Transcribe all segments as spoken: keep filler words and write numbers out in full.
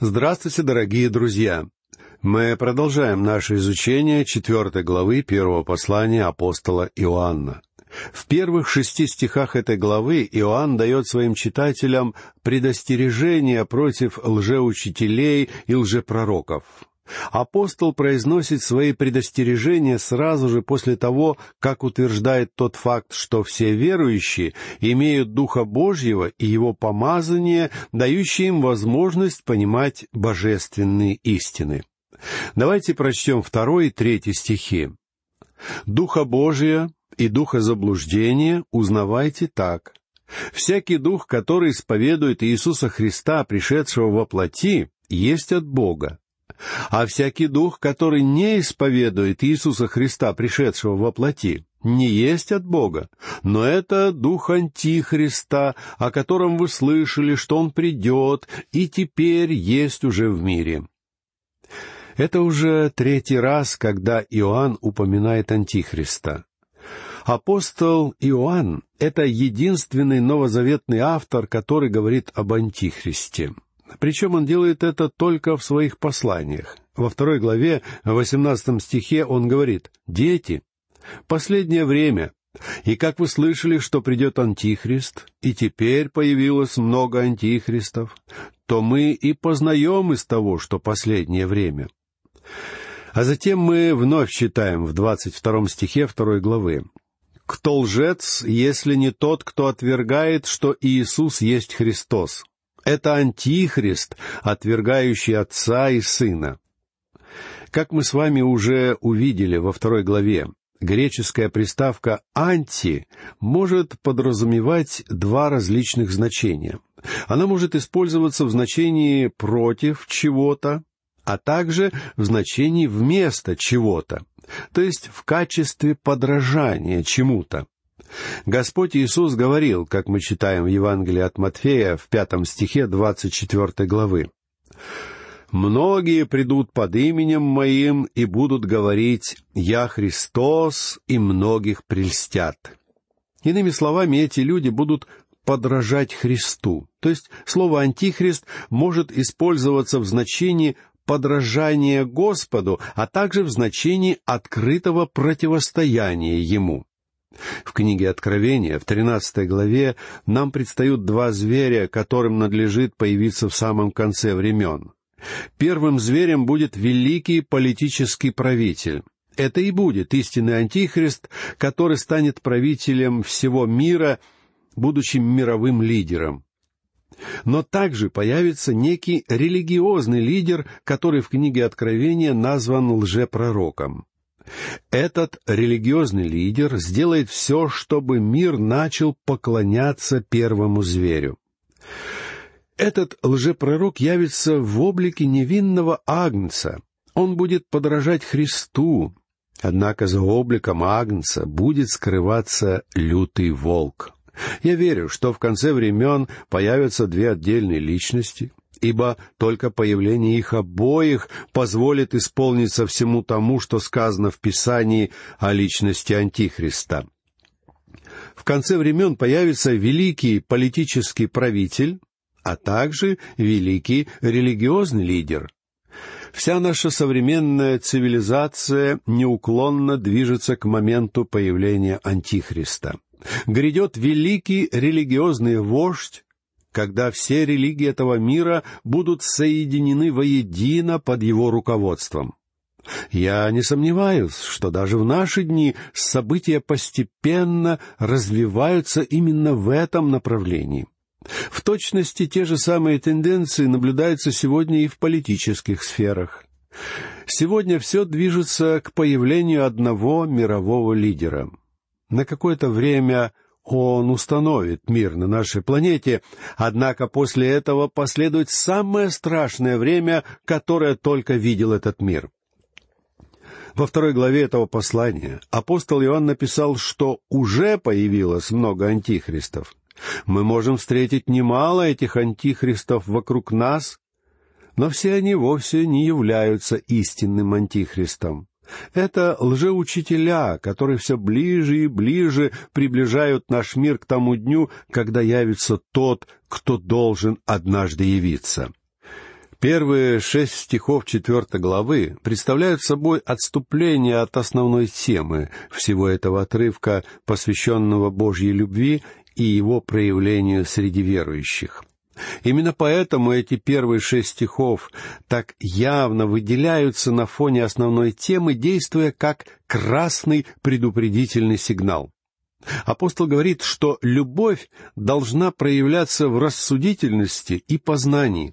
Здравствуйте, дорогие друзья! Мы продолжаем наше изучение четвертой главы первого послания апостола Иоанна. В первых шести стихах этой главы Иоанн дает своим читателям предостережение против лжеучителей и лжепророков. Апостол произносит свои предостережения сразу же после того, как утверждает тот факт, что все верующие имеют Духа Божьего и Его помазание, дающее им возможность понимать божественные истины. Давайте прочтем второй и третий стихи. «Духа Божия и духа заблуждения узнавайте так. Всякий дух, который исповедует Иисуса Христа, пришедшего во плоти, есть от Бога. А всякий дух, который не исповедует Иисуса Христа, пришедшего во плоти, не есть от Бога, но это дух Антихриста, о котором вы слышали, что он придет и теперь есть уже в мире». Это уже третий раз, когда Иоанн упоминает Антихриста. Апостол Иоанн — это единственный новозаветный автор, который говорит об Антихристе. Причем он делает это только в своих посланиях. Во второй главе, в восемнадцатом стихе он говорит: «Дети, последнее время, и как вы слышали, что придет Антихрист, и теперь появилось много антихристов, то мы и познаем из того, что последнее время». А затем мы вновь читаем в двадцать втором стихе второй главы: «Кто лжец, если не тот, кто отвергает, что Иисус есть Христос? Это Антихрист, отвергающий Отца и Сына». Как мы с вами уже увидели во второй главе, греческая приставка «анти» может подразумевать два различных значения. Она может использоваться в значении «против чего-то», а также в значении «вместо чего-то», то есть в качестве подражания чему-то. Господь Иисус говорил, как мы читаем в Евангелии от Матфея в пятом стихе двадцать четвёртой главы: «Многие придут под именем Моим и будут говорить: Я Христос, и многих прельстят». Иными словами, эти люди будут подражать Христу. То есть слово «антихрист» может использоваться в значении подражания Господу, а также в значении открытого противостояния Ему. В книге Откровения, в тринадцатой главе, нам предстают два зверя, которым надлежит появиться в самом конце времен. Первым зверем будет великий политический правитель. Это и будет истинный Антихрист, который станет правителем всего мира, будучи мировым лидером. Но также появится некий религиозный лидер, который в книге Откровения назван лжепророком. Этот религиозный лидер сделает все, чтобы мир начал поклоняться первому зверю. Этот лжепророк явится в облике невинного агнца. Он будет подражать Христу, однако за обликом агнца будет скрываться лютый волк. Я верю, что в конце времен появятся две отдельные личности, ибо только появление их обоих позволит исполниться всему тому, что сказано в Писании о личности Антихриста. В конце времен появится великий политический правитель, а также великий религиозный лидер. Вся наша современная цивилизация неуклонно движется к моменту появления Антихриста. Грядет великий религиозный вождь, когда все религии этого мира будут соединены воедино под его руководством. Я не сомневаюсь, что даже в наши дни события постепенно развиваются именно в этом направлении. В точности те же самые тенденции наблюдаются сегодня и в политических сферах. Сегодня все движется к появлению одного мирового лидера. На какое-то время он установит мир на нашей планете, однако после этого последует самое страшное время, которое только видел этот мир. Во второй главе этого послания апостол Иоанн написал, что уже появилось много антихристов. Мы можем встретить немало этих антихристов вокруг нас, но все они вовсе не являются истинным антихристом. Это лжеучителя, которые все ближе и ближе приближают наш мир к тому дню, когда явится тот, кто должен однажды явиться. Первые шесть стихов четвертой главы представляют собой отступление от основной темы всего этого отрывка, посвященного Божьей любви и его проявлению среди верующих. Именно поэтому эти первые шесть стихов так явно выделяются на фоне основной темы, действуя как красный предупредительный сигнал. Апостол говорит, что любовь должна проявляться в рассудительности и познании.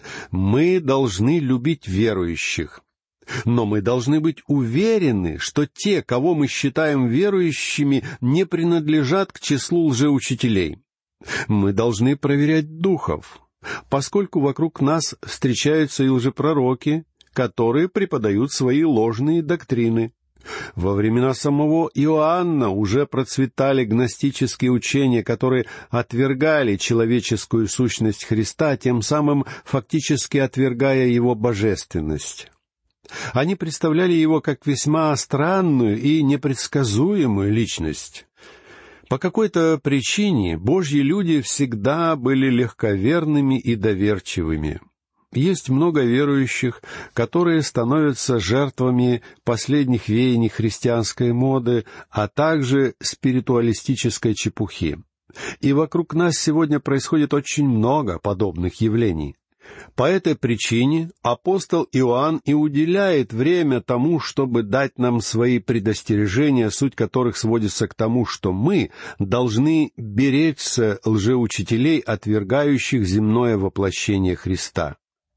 Мы должны любить верующих, но мы должны быть уверены, что те, кого мы считаем верующими, не принадлежат к числу лжеучителей. Мы должны проверять духов, поскольку вокруг нас встречаются и лжепророки, которые преподают свои ложные доктрины. Во времена самого Иоанна уже процветали гностические учения, которые отвергали человеческую сущность Христа, тем самым фактически отвергая его божественность. Они представляли его как весьма странную и непредсказуемую личность. По какой-то причине Божьи люди всегда были легковерными и доверчивыми. Есть много верующих, которые становятся жертвами последних веяний христианской моды, а также спиритуалистической чепухи. И вокруг нас сегодня происходит очень много подобных явлений. По этой причине апостол Иоанн и уделяет время тому, чтобы дать нам свои предостережения, суть которых сводится к тому, что мы должны беречься лжеучителей, отвергающих земное воплощение Христа.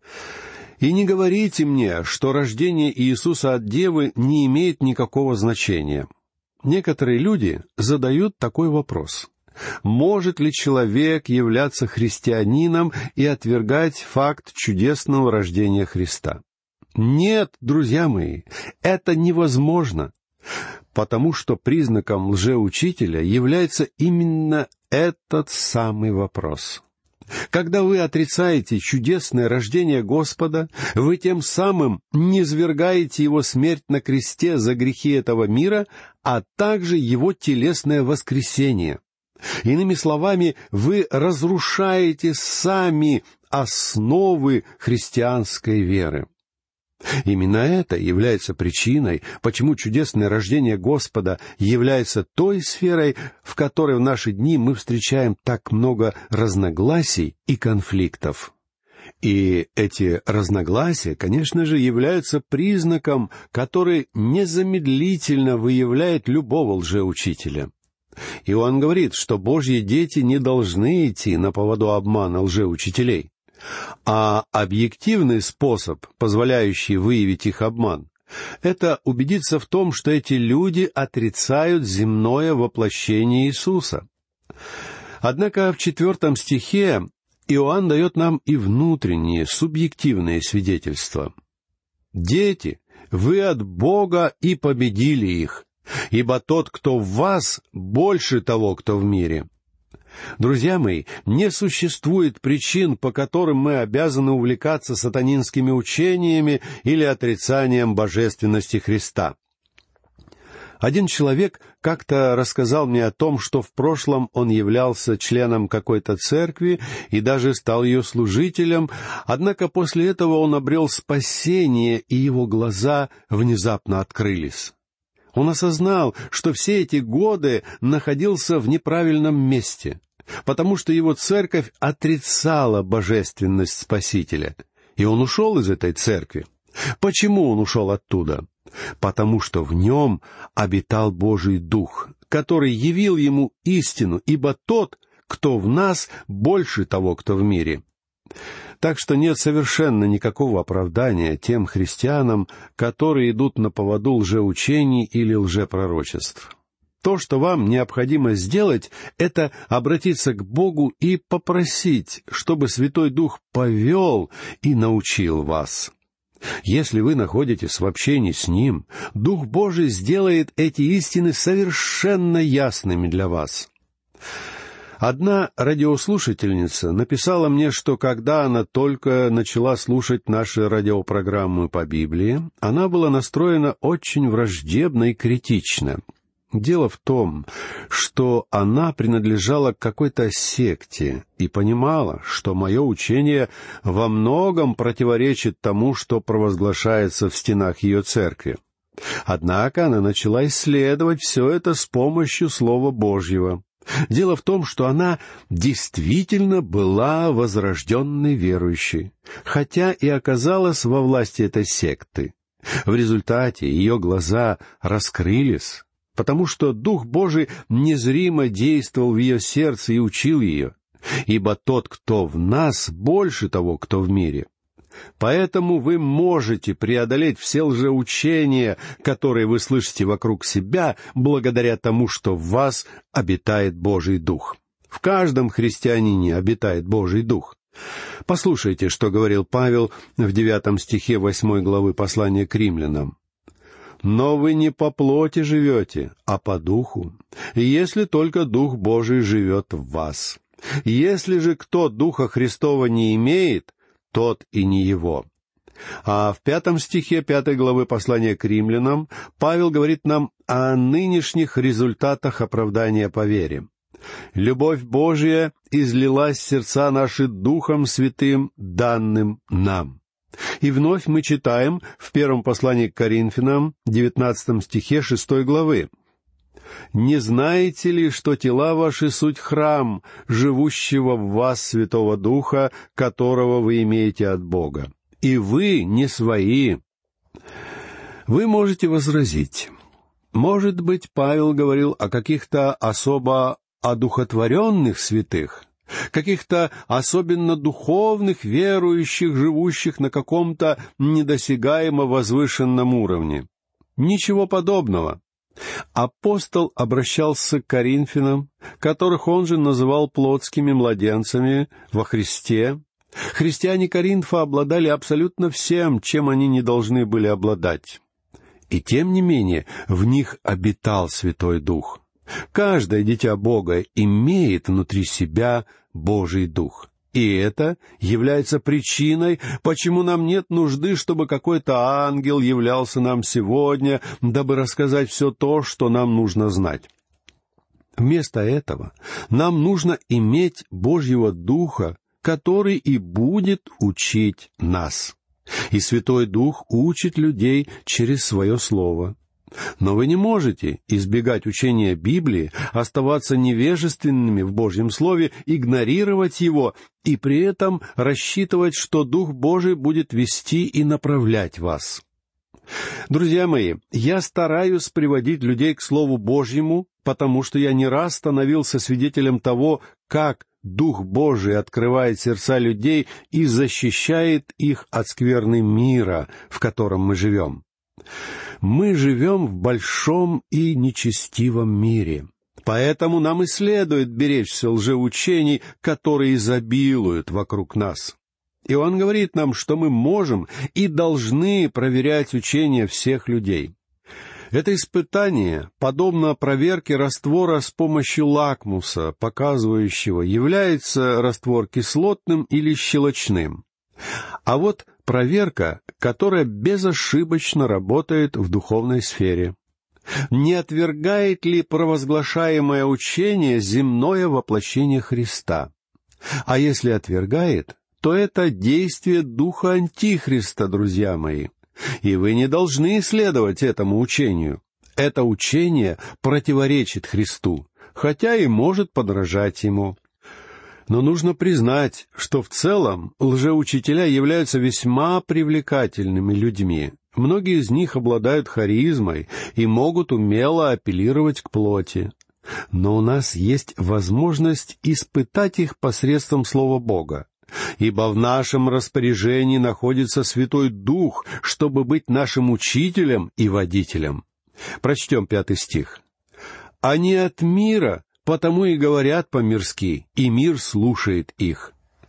«И не говорите мне, что рождение Иисуса от Девы не имеет никакого значения». Некоторые люди задают такой вопрос: может ли человек являться христианином и отвергать факт чудесного рождения Христа? Нет, друзья мои, это невозможно, потому что признаком лжеучителя является именно этот самый вопрос. Когда вы отрицаете чудесное рождение Господа, вы тем самым низвергаете Его смерть на кресте за грехи этого мира, а также Его телесное воскресение. Иными словами, вы разрушаете сами основы христианской веры. Именно это является причиной, почему чудесное рождение Господа является той сферой, в которой в наши дни мы встречаем так много разногласий и конфликтов. И эти разногласия, конечно же, являются признаком, который незамедлительно выявляет любого лжеучителя. Иоанн говорит, что Божьи дети не должны идти на поводу обмана лжеучителей. А объективный способ, позволяющий выявить их обман, это убедиться в том, что эти люди отрицают земное воплощение Иисуса. Однако в четвертом стихе Иоанн дает нам и внутренние, субъективные свидетельства. «Дети, вы от Бога и победили их, ибо тот, кто в вас, больше того, кто в мире». Друзья мои, не существует причин, по которым мы обязаны увлекаться сатанинскими учениями или отрицанием божественности Христа. Один человек как-то рассказал мне о том, что в прошлом он являлся членом какой-то церкви и даже стал ее служителем, однако после этого он обрел спасение, и его глаза внезапно открылись. Он осознал, что все эти годы находился в неправильном месте, потому что его церковь отрицала божественность Спасителя, и он ушел из этой церкви. Почему он ушел оттуда? Потому что в нем обитал Божий Дух, который явил ему истину, ибо тот, кто в нас, больше того, кто в мире. Так что нет совершенно никакого оправдания тем христианам, которые идут на поводу лжеучений или лжепророчеств. То, что вам необходимо сделать, это обратиться к Богу и попросить, чтобы Святой Дух повел и научил вас. Если вы находитесь в общении с Ним, Дух Божий сделает эти истины совершенно ясными для вас. Одна радиослушательница написала мне, что когда она только начала слушать наши радиопрограммы по Библии, она была настроена очень враждебно и критично. Дело в том, что она принадлежала к какой-то секте и понимала, что мое учение во многом противоречит тому, что провозглашается в стенах ее церкви. Однако она начала исследовать все это с помощью Слова Божьего. Дело в том, что она действительно была возрожденной верующей, хотя и оказалась во власти этой секты. В результате ее глаза раскрылись, потому что Дух Божий незримо действовал в ее сердце и учил ее, ибо тот, кто в нас, больше того, кто в мире. Поэтому вы можете преодолеть все лжеучения, которые вы слышите вокруг себя, благодаря тому, что в вас обитает Божий Дух. В каждом христианине обитает Божий Дух. Послушайте, что говорил Павел в девятом стихе восьмой главы послания к римлянам. «Но вы не по плоти живете, а по духу, если только Дух Божий живет в вас. Если же кто Духа Христова не имеет, тот и не его». А в пятом стихе пятой главы послания к римлянам Павел говорит нам о нынешних результатах оправдания по вере. «Любовь Божия излилась в сердца наши Духом Святым, данным нам». И вновь мы читаем в первом послании к Коринфянам, девятнадцатом стихе шестой главы. «Не знаете ли, что тела ваши суть храм, живущего в вас Святого Духа, которого вы имеете от Бога? И вы не свои». Вы можете возразить. Может быть, Павел говорил о каких-то особо одухотворенных святых, каких-то особенно духовных верующих, живущих на каком-то недосягаемо возвышенном уровне. Ничего подобного. Апостол обращался к коринфянам, которых он же называл плотскими младенцами во Христе. Христиане Коринфа обладали абсолютно всем, чем они не должны были обладать. И тем не менее в них обитал Святой Дух. Каждое дитя Бога имеет внутри себя Божий Дух. И это является причиной, почему нам нет нужды, чтобы какой-то ангел являлся нам сегодня, дабы рассказать все то, что нам нужно знать. Вместо этого нам нужно иметь Божьего Духа, который и будет учить нас. И Святой Дух учит людей через свое Слово. Но вы не можете избегать учения Библии, оставаться невежественными в Божьем Слове, игнорировать его и при этом рассчитывать, что Дух Божий будет вести и направлять вас. Друзья мои, я стараюсь приводить людей к Слову Божьему, потому что я не раз становился свидетелем того, как Дух Божий открывает сердца людей и защищает их от скверны мира, в котором мы живем. Мы живем в большом и нечестивом мире, поэтому нам и следует беречься лжеучений, которые изобилуют вокруг нас. И он говорит нам, что мы можем и должны проверять учения всех людей. Это испытание подобно проверке раствора с помощью лакмуса, показывающего, является раствор кислотным или щелочным. А вот проверка, которая безошибочно работает в духовной сфере. Не отвергает ли провозглашаемое учение земное воплощение Христа? А если отвергает, то это действие духа Антихриста, друзья мои. И вы не должны следовать этому учению. Это учение противоречит Христу, хотя и может подражать Ему. Но нужно признать, что в целом лжеучителя являются весьма привлекательными людьми. Многие из них обладают харизмой и могут умело апеллировать к плоти. Но у нас есть возможность испытать их посредством Слова Бога. Ибо в нашем распоряжении находится Святой Дух, чтобы быть нашим учителем и водителем. Прочтем пятый стих. «Они от мира, потому и говорят по-мирски, и мир слушает их».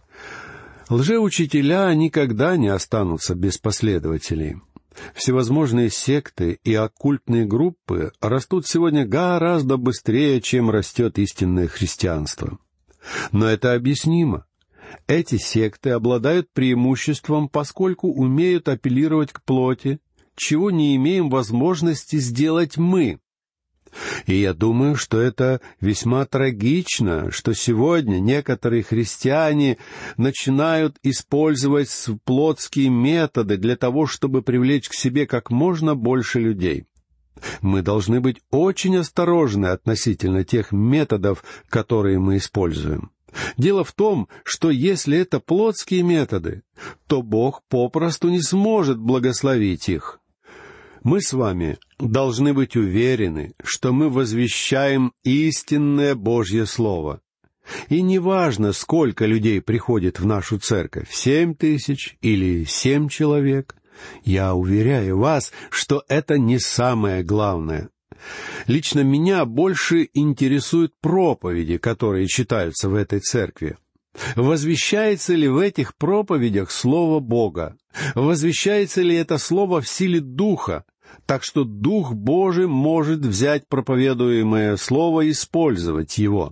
Лжеучителя никогда не останутся без последователей. Всевозможные секты и оккультные группы растут сегодня гораздо быстрее, чем растет истинное христианство. Но это объяснимо. Эти секты обладают преимуществом, поскольку умеют апеллировать к плоти, чего не имеем возможности сделать мы. И я думаю, что это весьма трагично, что сегодня некоторые христиане начинают использовать плотские методы для того, чтобы привлечь к себе как можно больше людей. Мы должны быть очень осторожны относительно тех методов, которые мы используем. Дело в том, что если это плотские методы, то Бог попросту не сможет благословить их. Мы с вами должны быть уверены, что мы возвещаем истинное Божье Слово. И неважно, сколько людей приходит в нашу церковь, семь тысяч или семь человек, я уверяю вас, что это не самое главное. Лично меня больше интересуют проповеди, которые читаются в этой церкви. Возвещается ли в этих проповедях Слово Бога? Возвещается ли это Слово в силе Духа? Так что Дух Божий может взять проповедуемое Слово и использовать его.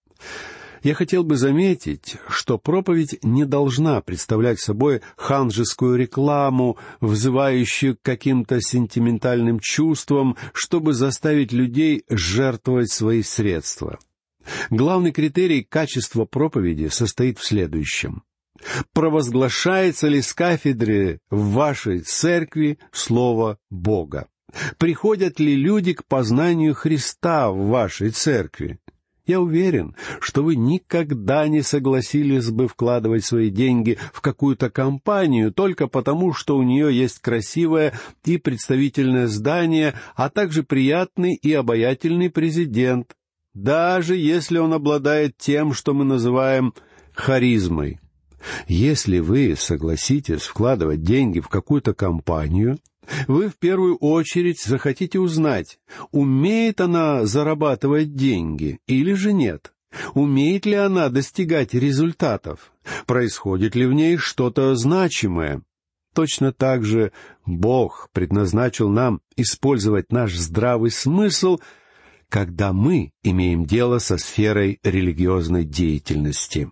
Я хотел бы заметить, что проповедь не должна представлять собой ханжескую рекламу, взывающую к каким-то сентиментальным чувствам, чтобы заставить людей жертвовать свои средства. Главный критерий качества проповеди состоит в следующем. Провозглашается ли с кафедры в вашей церкви Слово Бога? Приходят ли люди к познанию Христа в вашей церкви? Я уверен, что вы никогда не согласились бы вкладывать свои деньги в какую-то компанию только потому, что у нее есть красивое и представительное здание, а также приятный и обаятельный президент, даже если он обладает тем, что мы называем харизмой. Если вы согласитесь вкладывать деньги в какую-то компанию, вы в первую очередь захотите узнать, умеет она зарабатывать деньги или же нет, умеет ли она достигать результатов, происходит ли в ней что-то значимое. Точно так же Бог предназначил нам использовать наш здравый смысл, когда мы имеем дело со сферой религиозной деятельности.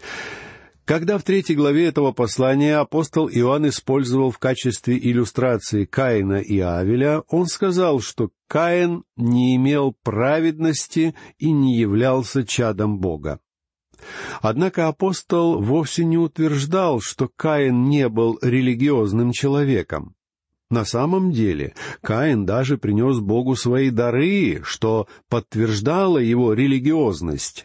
Когда в третьей главе этого послания апостол Иоанн использовал в качестве иллюстрации Каина и Авеля, он сказал, что Каин не имел праведности и не являлся чадом Бога. Однако апостол вовсе не утверждал, что Каин не был религиозным человеком. На самом деле, Каин даже принес Богу свои дары, что подтверждало его религиозность.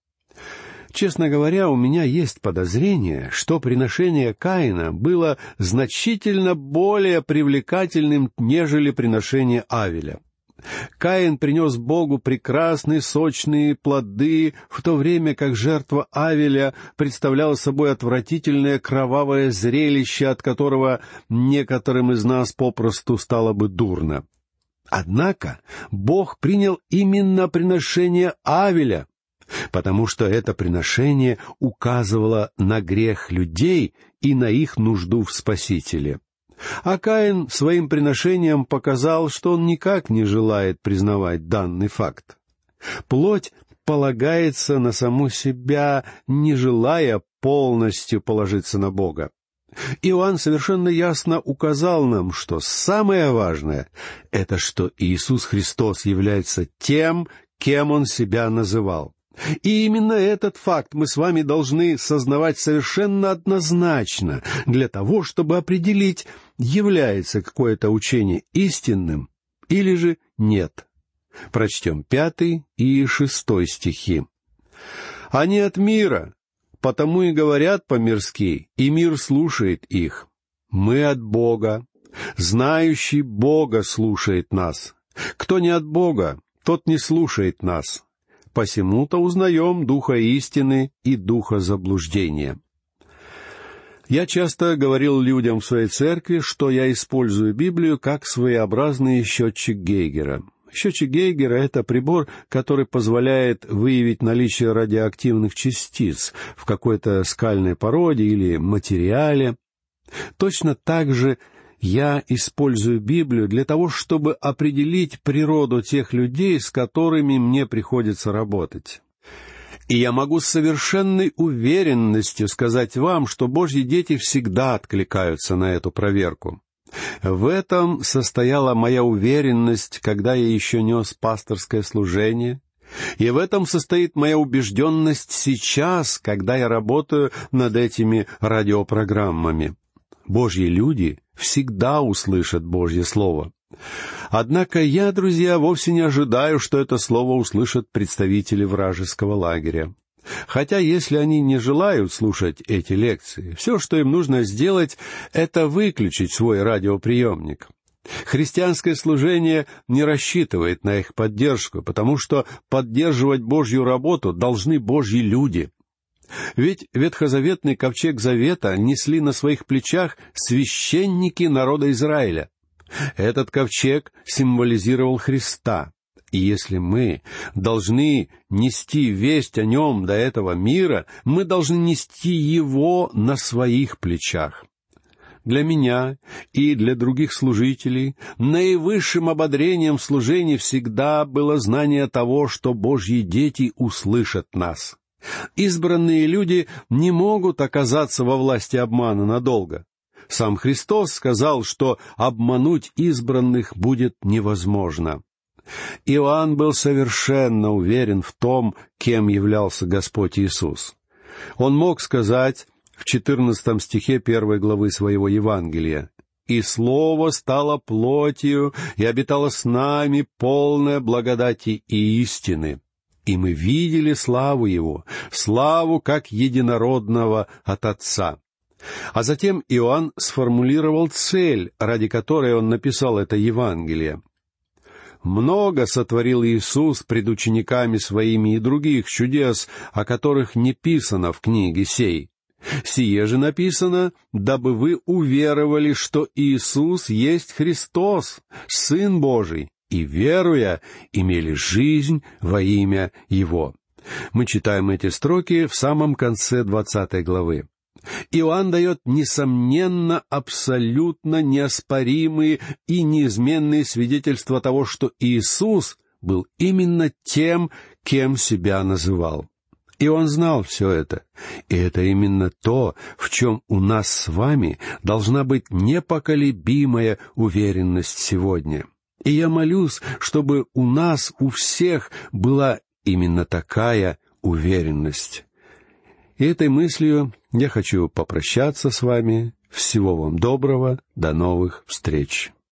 Честно говоря, у меня есть подозрение, что приношение Каина было значительно более привлекательным, нежели приношение Авеля. Каин принес Богу прекрасные сочные плоды, в то время как жертва Авеля представляла собой отвратительное кровавое зрелище, от которого некоторым из нас попросту стало бы дурно. Однако Бог принял именно приношение Авеля, потому что это приношение указывало на грех людей и на их нужду в Спасителе. А Каин своим приношением показал, что он никак не желает признавать данный факт. Плоть полагается на саму себя, не желая полностью положиться на Бога. Иоанн совершенно ясно указал нам, что самое важное — это что Иисус Христос является тем, кем Он себя называл. И именно этот факт мы с вами должны сознавать совершенно однозначно для того, чтобы определить, является какое-то учение истинным или же нет. Прочтем пятый и шестой стихи. «Они от мира, потому и говорят по-мирски, и мир слушает их. Мы от Бога, знающий Бога слушает нас. Кто не от Бога, тот не слушает нас. Посему-то узнаем духа истины и духа заблуждения». Я часто говорил людям в своей церкви, что я использую Библию как своеобразный счетчик Гейгера. Счетчик Гейгера — это прибор, который позволяет выявить наличие радиоактивных частиц в какой-то скальной породе или материале. Точно так же я использую Библию для того, чтобы определить природу тех людей, с которыми мне приходится работать. И я могу с совершенной уверенностью сказать вам, что Божьи дети всегда откликаются на эту проверку. В этом состояла моя уверенность, когда я еще нес пасторское служение, и в этом состоит моя убежденность сейчас, когда я работаю над этими радиопрограммами. Божьи люди всегда услышат Божье Слово. Однако я, друзья, вовсе не ожидаю, что это Слово услышат представители вражеского лагеря. Хотя, если они не желают слушать эти лекции, все, что им нужно сделать, это выключить свой радиоприемник. Христианское служение не рассчитывает на их поддержку, потому что поддерживать Божью работу должны Божьи люди. Ведь ветхозаветный ковчег завета несли на своих плечах священники народа Израиля. Этот ковчег символизировал Христа. И если мы должны нести весть о нем до этого мира, мы должны нести его на своих плечах. Для меня и для других служителей наивысшим ободрением в служении всегда было знание того, что Божьи дети услышат нас. Избранные люди не могут оказаться во власти обмана надолго. Сам Христос сказал, что обмануть избранных будет невозможно. Иоанн был совершенно уверен в том, кем являлся Господь Иисус. Он мог сказать в четырнадцатом стихе первой главы своего Евангелия: «И Слово стало плотью, и обитало с нами, полное благодати и истины. И мы видели славу Его, славу как единородного от Отца». А затем Иоанн сформулировал цель, ради которой он написал это Евангелие. «Много сотворил Иисус пред учениками Своими и других чудес, о которых не писано в книге сей. Сие же написано, дабы вы уверовали, что Иисус есть Христос, Сын Божий, и, веруя, имели жизнь во имя Его». Мы читаем эти строки в самом конце двадцатой главы. Иоанн дает, несомненно, абсолютно неоспоримые и неизменные свидетельства того, что Иисус был именно тем, кем себя называл. И он знал все это. И это именно то, в чем у нас с вами должна быть непоколебимая уверенность сегодня. И я молюсь, чтобы у нас, у всех была именно такая уверенность. И этой мыслью я хочу попрощаться с вами. Всего вам доброго. До новых встреч.